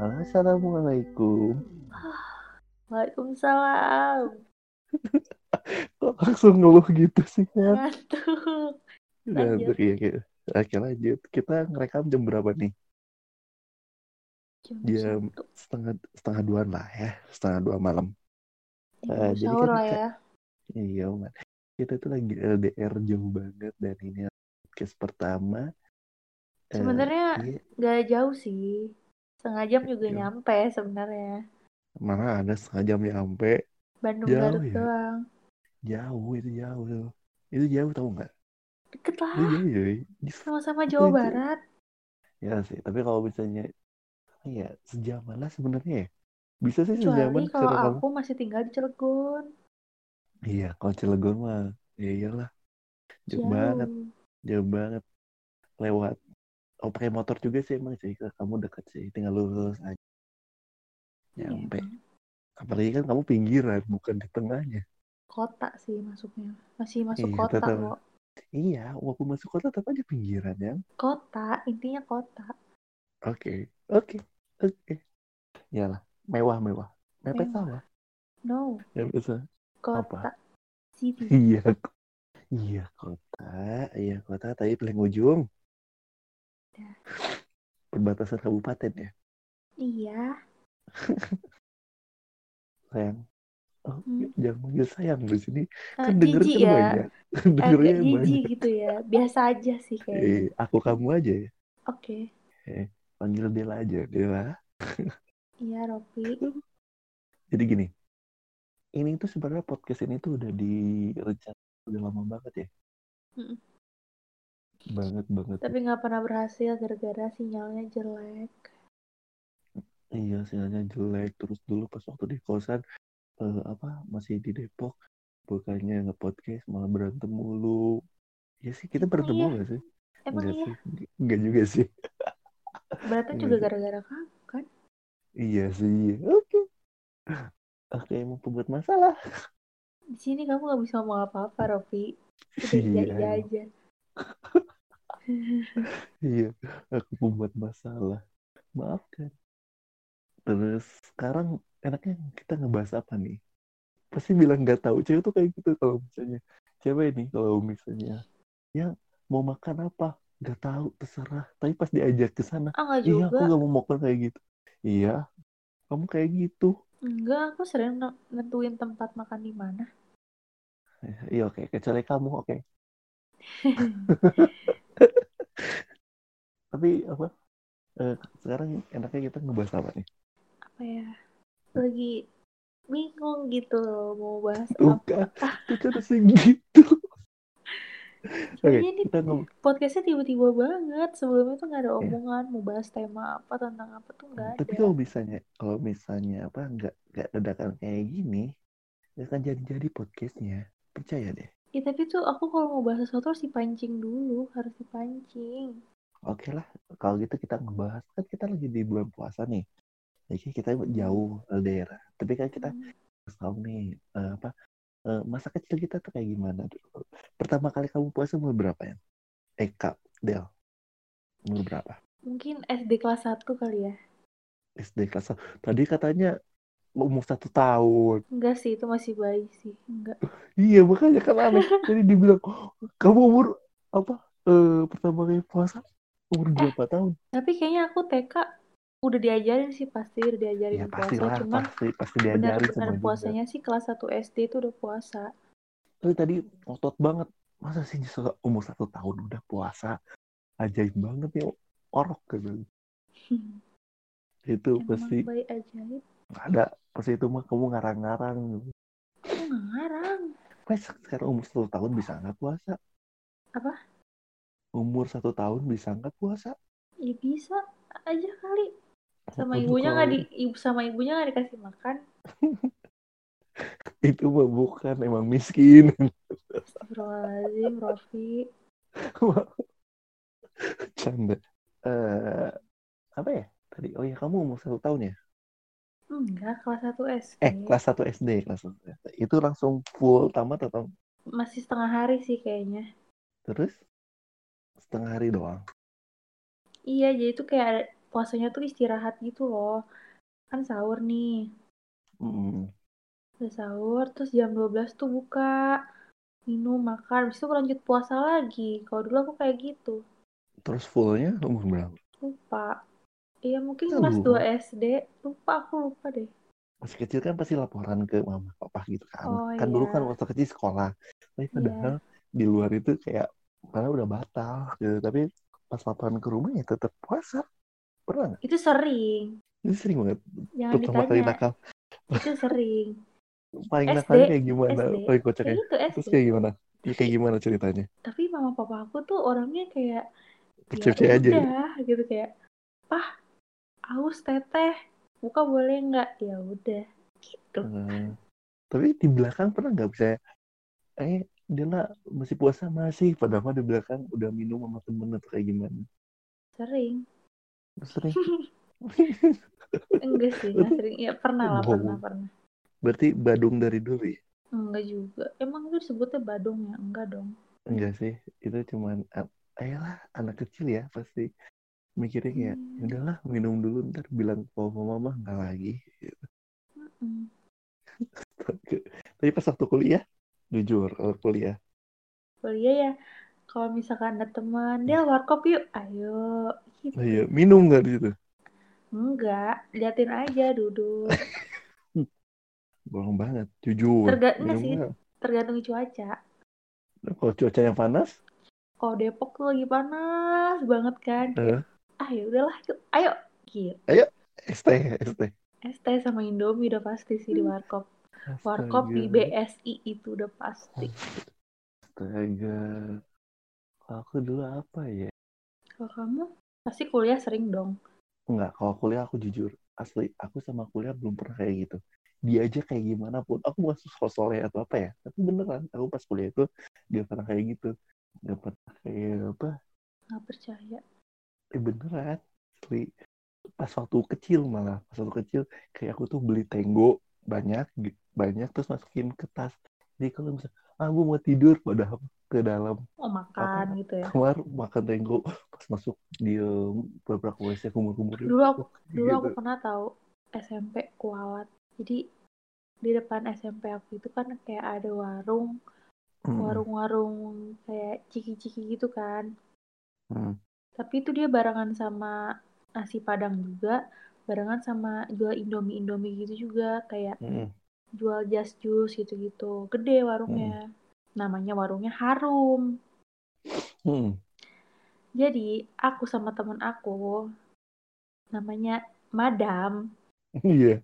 Assalamualaikum. Waalaikumsalam. Kok langsung ngeluh gitu sih kan? Ngantuk. Ngantuk Lanjut. ya kayak. Oke lanjut. Kita ngerekam jam berapa nih? Jam Jam 1. setengah duaan lah ya. Setengah dua malam. Ya, mau Jadi sahur kan lah ya. iya man. Kita tuh lagi LDR jauh banget dan ini podcast pertama. Sebenarnya Iya gak jauh sih. Setengah jam juga jauh. nyampe sebenarnya. Mana ada setengah jam nyampe. Bandung Jauh Garut ya. doang. Jauh itu jauh tuh. Itu jauh tau nggak? Deket Itu lah. jauh ya. Sama-sama Itu, Jawa itu. Barat. Ya sih. Tapi kalau misalnya iya sejaman lah sebenarnya ya. Bisa sih Kecuali sejaman kalau karena kamu. aku masih tinggal di Cilegon. Iya, kalau Cilegon mah, ya iyalah, jauh banget, Jauh. jauh banget. Lewat, oh pakai motor juga sih emang sih, kamu dekat sih, tinggal lurus aja, Iya nyampe. emang. Apalagi kan kamu pinggiran, bukan di tengahnya. Kota sih masuknya. Masih masuk Iya, kota tetap. kok. Iya, walaupun masuk kota tetap aja pinggiran ya. Kota. Intinya kota. Oke, oke, oke. Iyalah, mewah, mewah. Mepet Mewah. sawah, No. ya bisa. Apa? Kota. City. Iya, iya kota, iya kota, tapi paling ujung, Dah. perbatasan kabupaten ya, Iya. sayang. Oh, Hmm. jangan manggil sayang di sini. Kan dengerin Jijik kan ya. banyak. Agak Dengernya jijik banyak. gitu ya. Biasa aja sih kayaknya. Aku kamu aja ya. Oke. Panggil Dela aja, Dela. Iya, Rofi. Jadi gini, ini tuh sebenarnya podcast ini tuh udah direncanakan udah lama banget ya. Mm-mm. Banget banget. Tapi nggak pernah berhasil gara-gara sinyalnya jelek. Iya, sinyalnya jelek. Terus dulu pas waktu di kosan, masih di Depok, bukannya nge-podcast malah berantem mulu. Ya sih, kita Emang berantem iya. mulu gak sih? Emang Enggak iya. sih, enggak juga sih. Berantem Enggak juga sih. gara-gara kamu kan? Iya sih. Oke. Oke, emang pembuat masalah. Di sini kamu nggak bisa ngomong apa-apa, Rofi. Udah Iya, iya emang. aja. Iya, aku membuat masalah. Maafkan. Terus sekarang enaknya kita ngebahas apa nih? Pasti bilang nggak tahu. Cewek tuh kayak gitu kalau misalnya. Cewek ini kalau misalnya ya mau makan apa? Nggak tahu, terserah. Tapi pas diajak ke sana, Ah, nggak iya aku juga. nggak mau makan kayak gitu. Iya, kamu kayak gitu. Enggak, aku sering nentuin tempat makan di mana. Iya oke, kecuali kamu oke. Tapi apa? Sekarang enaknya kita ngebahas apa nih? Apa ya? Lagi bingung gitu loh mau bahas Tuh apa. kan, tuh kan harusnya gitu. Oke, Soalnya ini kita podcastnya tiba-tiba banget. Sebelumnya tuh nggak ada ya. omongan mau bahas tema apa tentang apa tuh nggak Tapi ada. kalau misalnya apa nggak dadakan kayak gini, nggak akan jadi podcastnya. Percaya deh. Ya tapi tuh aku kalau mau bahas sesuatu harus dipancing dulu, harus dipancing. Oke lah, kalau gitu kita ngebahas kan kita lagi di bulan puasa nih. Jadi kita Hmm. jauh daerah. Tapi kan kita Hmm. harus tahu nih masa kecil kita tuh kayak gimana dulu. Pertama kali kamu puasa umur berapa ya? Kak, Del, umur berapa? Mungkin SD kelas 1 kali ya. SD kelas 1. Tadi katanya umur 1 tahun. Enggak sih, itu masih bayi sih. Enggak. Iya, makanya kan aneh. Jadi dibilang, kamu umur apa? Pertama kali puasa umur Eh, berapa tahun? tapi kayaknya aku TK udah diajarin sih pasti udah Ya diajarin puasa. pastilah, Cuman pasti diajarin benar-benar sama juga. puasanya sih kelas 1 SD itu udah puasa. Tapi tadi otot banget. Masa sih umur 1 tahun udah puasa? Ajaib banget ya, orok gitu. Itu Emang pasti bayi ajaib. ada. Pasti itu mah kamu ngarang-ngarang. Aku nggak ngarang. Mas sekarang umur 1 tahun bisa nggak puasa? Apa? Umur 1 tahun bisa nggak puasa? Ya bisa aja kali. Sama Aduh ibunya nggak kalau di ibu sama ibunya nggak dikasih makan. itu mah bukan emang miskin. Astagfirullahaladzim, Rofi. Canda. Eh apa ya? Tadi oh ya kamu umur 1 tahun ya? Enggak, kelas 1 SD. Kelas 1 SD, kelas 1 SD. Itu langsung full tamat atau Masih setengah hari sih kayaknya. terus setengah hari doang? Iya, jadi tuh kayak puasanya tuh istirahat gitu loh. Kan sahur nih. Mm. Udah sahur, terus jam 12 tuh buka. Minum, makan. Habis itu lanjut puasa lagi. Kalau dulu aku kayak gitu. Terus fullnya umur berapa? Lupa. Iya mungkin Nggak kelas 2 lupa. SD. Lupa, aku lupa deh. Masih kecil kan pasti laporan ke mama papa gitu kan. Oh Kan dulu kan iya. waktu kecil sekolah. Tapi padahal Iya. di luar itu kayak karena udah batal gitu. Tapi pas laporan ke rumah ya tetap puasa. Pernah nggak? Itu sering. Itu sering banget. Jangan Pertama kali ditanya. nakal. Itu sering. Paling nakalnya SD. kayak gimana? SD. Paling Kayak kocaknya. gitu Terus SD. kayak gimana? Ya, kayak gimana ceritanya? Tapi mama papa aku tuh orangnya kayak ya Percaya aja gitu. udah gitu kayak, "Pah, aus teteh. Buka boleh nggak?" Ya udah. Gitu. Eh, tapi di belakang pernah nggak bisa dia lah masih puasa masih padahal di belakang udah minum sama temen atau kayak gimana? Sering. Sering. Enggak sih, nggak Itu sering. Ya pernah lah, pernah, bohong. pernah. Berarti Badung dari dulu ya? Enggak juga. Emang itu disebutnya badung ya? Enggak dong. Enggak sih, itu cuman ayolah anak kecil ya pasti mikirnya kayak ya Hmm. udahlah minum dulu ntar bilang ke mama enggak lagi. Gitu. Mm-mm. Tapi pas waktu kuliah, jujur kalau kuliah, Kuliah ya, kalau misalkan ada teman, dia warkop yuk, ayo, gitu. iya minum nggak di situ? Enggak, liatin aja duduk. Hmm, bohong banget, jujur Enggak minum sih, nggak? tergantung cuaca. Nah, kalau cuaca yang panas, Kalau Depok tuh lagi panas banget kan, kayak, eh, ah ya udahlah, yuk, ayo, gitu. ayo ST. Es teh sama Indomie udah pasti sih di warkop. Warkop di Astaga, BSI itu udah pasti. astaga. Kalau aku dulu apa ya? Kalau kamu, pasti kuliah sering dong. Enggak, kalau kuliah aku jujur, asli, aku sama kuliah belum pernah kayak gitu. Dia aja kayak gimana pun, aku masuk soleh atau apa ya, tapi beneran, aku pas kuliah itu gak pernah kayak gitu. Gak pernah kayak apa, Nggak percaya. beneran. Asli, pas waktu kecil malah, pas waktu kecil, kayak aku tuh beli Tenggo banyak, banyak, terus masukin ke tas. Jadi kalau misalnya, gue mau tidur, padahal ke dalam Oh apa makan gitu ya. kamar makan Tenggo, pas masuk di beberapa WC kumur-kumur Dulu aku dulu gitu. aku pernah tahu SMP kualat. Jadi di depan SMP aku itu kan kayak ada Mm-mm. warung-warung kayak ciki-ciki gitu kan. Mm. Tapi itu dia barengan sama nasi Padang juga, barengan sama jual Indomie-Indomie gitu juga, kayak Mm. jual just juice gitu-gitu. Gede warungnya. Mm. Namanya warungnya Harum. Mm. Jadi aku sama temen aku namanya Madam. Iya.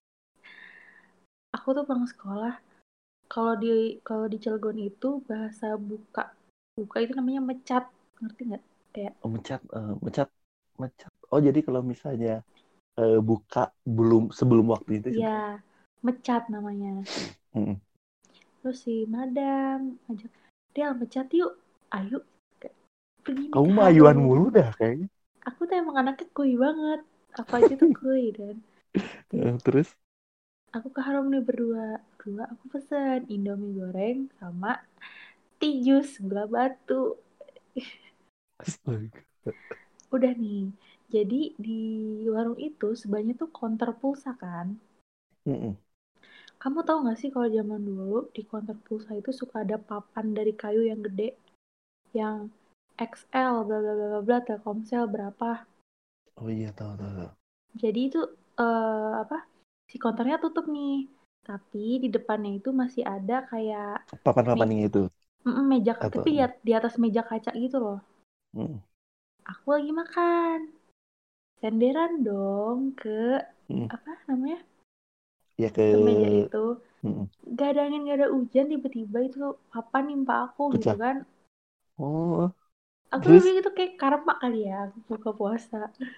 Aku tuh pulang sekolah. Kalau di Cilegon itu bahasa buka. Buka itu namanya mecat. Ngerti nggak? Kayak Oh, mecat. Oh, jadi kalau misalnya buka belum sebelum waktu itu ya ceritanya. mecat namanya. Mm. Terus si Madam ajak, "Del mecat yuk. Ayo." Kayak, pergi nih Kamu ke mah ayuan Harum. mulu dah kayaknya. Aku tuh emang anaknya kuy banget. Apa aja tuh kuy dan Terus, aku ke Harum nih berdua. Berdua aku pesen Indomie goreng sama tea juice gula batu. astaga. Udah nih. Jadi di warung itu sebenarnya tuh counter pulsa kan. Mm-mm. Kamu tahu nggak sih kalau zaman dulu di counter pulsa itu suka ada papan dari kayu yang gede yang XL bla bla bla bla bla Telkomsel berapa. Oh iya, tahu. Jadi itu apa? Si counternya tutup nih. Tapi di depannya itu masih ada kayak Papan-papan me- yang itu meja atau tapi di atas meja kaca gitu loh. mm. Aku lagi makan. Senderan dong ke Mm. apa namanya? Ya ke Ke meja itu. mm. Gak ada angin, gak ada hujan, tiba-tiba itu papan nimpa aku gitu Pecah. kan. Oh, Aku terus lebih itu kayak karma kali ya, aku buka puasa.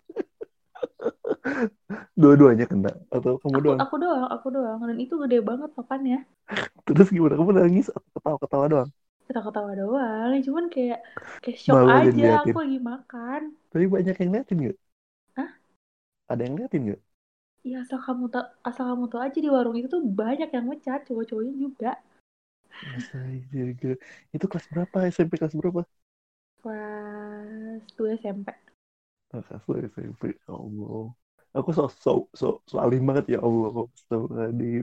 dua-duanya kena atau kamu Aku doang? aku doang dan itu gede banget papannya. Terus gimana? Kamu nangis atau ketawa-ketawa doang? Ketawa-ketawa doang, cuman kayak shock Malu aja aja aku diliatin. lagi makan. Tapi banyak yang liatin nggak? Hah? Ada yang liatin nggak? Ya asal kamu tahu aja di warung itu tuh banyak yang ngecat, cowok-cowoknya juga. Astaga. Itu kelas berapa? SMP kelas berapa? Kelas 2 SMP. Kakak kelas SMP, ya Allah. Aku so alim banget ya Allah. Astagfirullahaladzim.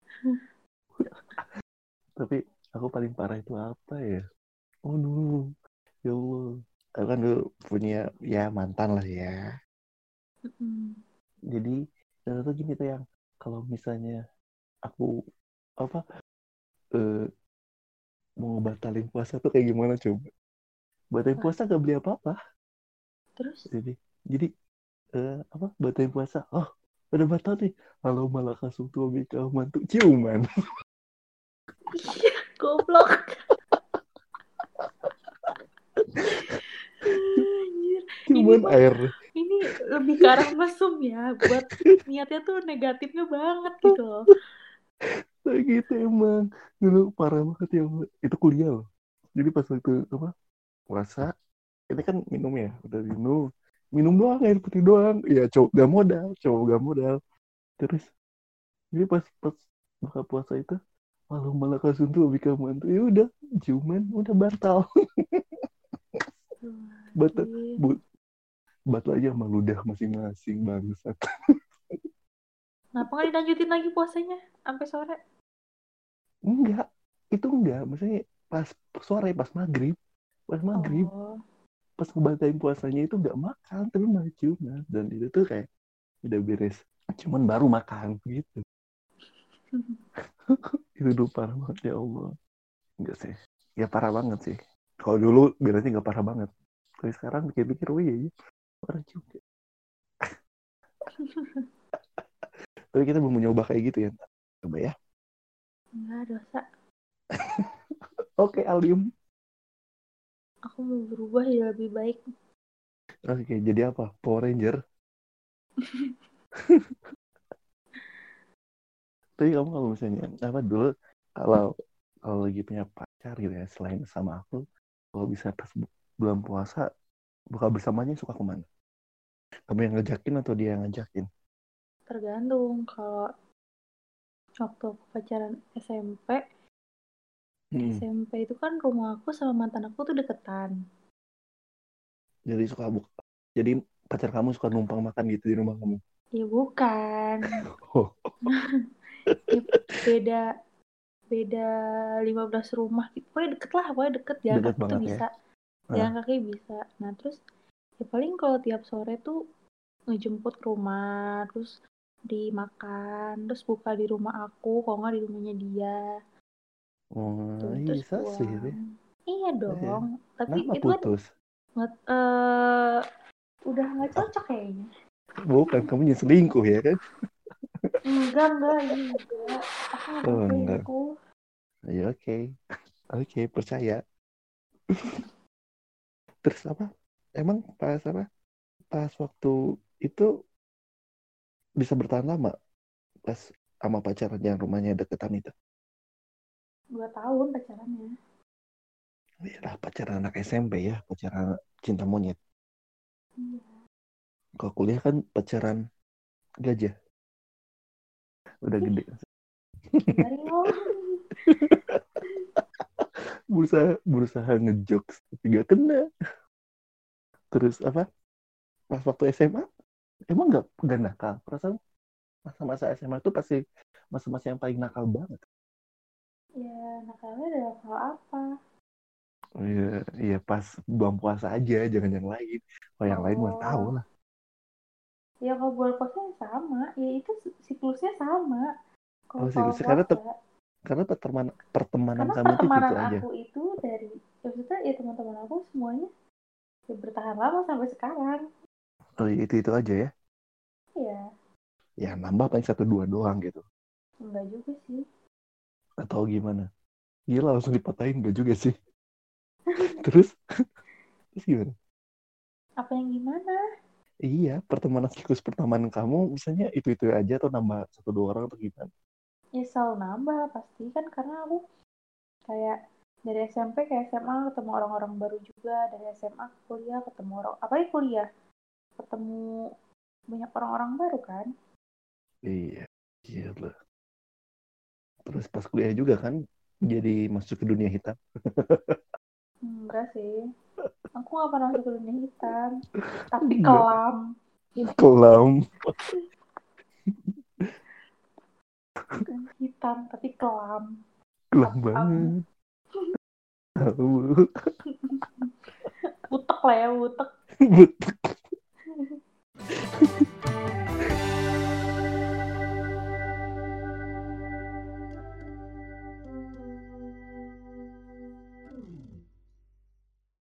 Tapi aku paling parah itu apa ya? Oh dulu, ya Allah. Aku kan dulu punya ya mantan lah ya. Mm-mm. Jadi tuh gini tuh yang kalau misalnya aku apa eh, mau batalin puasa tuh kayak gimana coba? Batalin Wah, puasa gak beli apa-apa. terus Jadi apa batalin puasa? Oh udah batal nih. Kalau malah kasih tuh kau mantu ciuman. iya, goblok. Anjir, ini Ciuman mah air. ini lebih ke arah mesum ya, buat niatnya tuh negatifnya banget gitu loh. Kayak gitu emang. Dulu parah banget ya. Itu kuliah loh. Jadi pas waktu apa puasa, ini kan minum ya. Udah minum. Minum doang, air putih doang. Ya cowok gak modal. Cowok gak modal. Terus, jadi pas buka puasa itu, malah kasuntu lebih ke mantu. Ya udah, ciuman, udah batal. Batal. Astagfirullahaladzim. Bu, batal aja sama ludah masing-masing bangsat. Kenapa nggak dilanjutin lagi puasanya sampai sore? Enggak. Itu enggak. Maksudnya pas sore, pas maghrib. Pas maghrib. Oh, Pas ngebatalin puasanya itu nggak makan tapi malah ciuman dan itu tuh kayak udah beres cuman baru makan gitu. Itu dulu parah banget ya Allah. Enggak sih, ya parah banget sih. Kalau dulu berarti nggak parah banget, tapi sekarang pikir-pikir oh iya, iya parah juga. Tapi kita belum nyoba kayak gitu ya, coba ya. enggak dosa. Oke Alim. Aku mau berubah jadi lebih baik. Oke jadi apa, Power Ranger? Tapi kamu kalau misalnya apa dulu, kalau kalau lagi punya pacar gitu ya selain sama aku, kalau bisa pas bulan puasa buka bersamanya suka kemana? Kamu yang ngajakin atau dia yang ngajakin? Tergantung. Kalau waktu aku pacaran SMP, Hmm. SMP itu kan rumah aku sama mantan aku tuh deketan. Jadi suka buka. Jadi pacar kamu suka numpang makan gitu di rumah kamu? Ya bukan. Oh, Ya beda beda 15 rumah gitu. Pokoknya deket lah, pokoknya deket. Jalan deket kaki tuh banget ya. bisa. Nah, Jalan kaki bisa. Nah terus ya paling kalau tiap sore tuh ngejemput ke rumah, terus dimakan, terus buka di rumah aku, kalau nggak di rumahnya dia, oh, tuh terus bisa sih itu. pulang. Iya Ya. dong, tapi Kenapa itu kan putus? nggak udah nggak Ah, cocok kayaknya. bukan, kamu yang selingkuh ya kan? Enggak, ini enggak. Aku nggak Oh, pernah enggak. selingkuh. Ya, oke. Oke, percaya. Terus apa? Emang pas apa? Pas waktu itu bisa bertahan lama pas sama pacaran yang rumahnya deketan itu. 2 tahun pacarannya. Ya lah, pacaran anak SMP ya, pacaran cinta monyet. Iya. Kalau kuliah kan pacaran gajah, udah Ih, gede. biarin loh. berusaha ngejokes tapi gak kena. Terus apa? Pas waktu SMA emang nggak nakal. Perasaan masa-masa SMA itu pasti masa-masa yang paling nakal banget. Ya, nakalnya dalam hal apa? Oh, iya, iya pas bulan puasa aja, jangan yang lain. Kalau yang lain mah tahu Oh, lah. ya kalau bulan puasa sama, ya itu siklusnya sama. Oh Kalau sih, soal karena puasa, karena pertemanan karena kamu itu pertemanan aja. aku itu dari, ya maksudnya ya teman-teman aku semuanya ya bertahan lama sampai sekarang. Oh iya, itu aja ya. Ya, Ya nambah paling satu dua doang gitu. enggak juga sih. Atau gimana? Gila langsung dipatahin gak juga sih. Terus terus gimana? Apa yang gimana? Iya, siklus pertemanan kamu misalnya itu aja atau nambah satu dua orang atau gimana? Ya selalu nambah pasti kan karena aku kayak dari SMP ke SMA ketemu orang-orang baru juga, dari SMA ke kuliah ketemu orang, apalagi kuliah ketemu banyak orang-orang baru kan. Iya, gila. Terus pas kuliah juga kan jadi masuk ke dunia hitam. Enggak sih, aku gak pernah masuk ke dunia hitam. Tapi Enggak. kelam. Kelam. Bukan hitam, tapi kelam. Kelam Abu-abu. banget. Tahu. Utek lah ya, utek. Betul.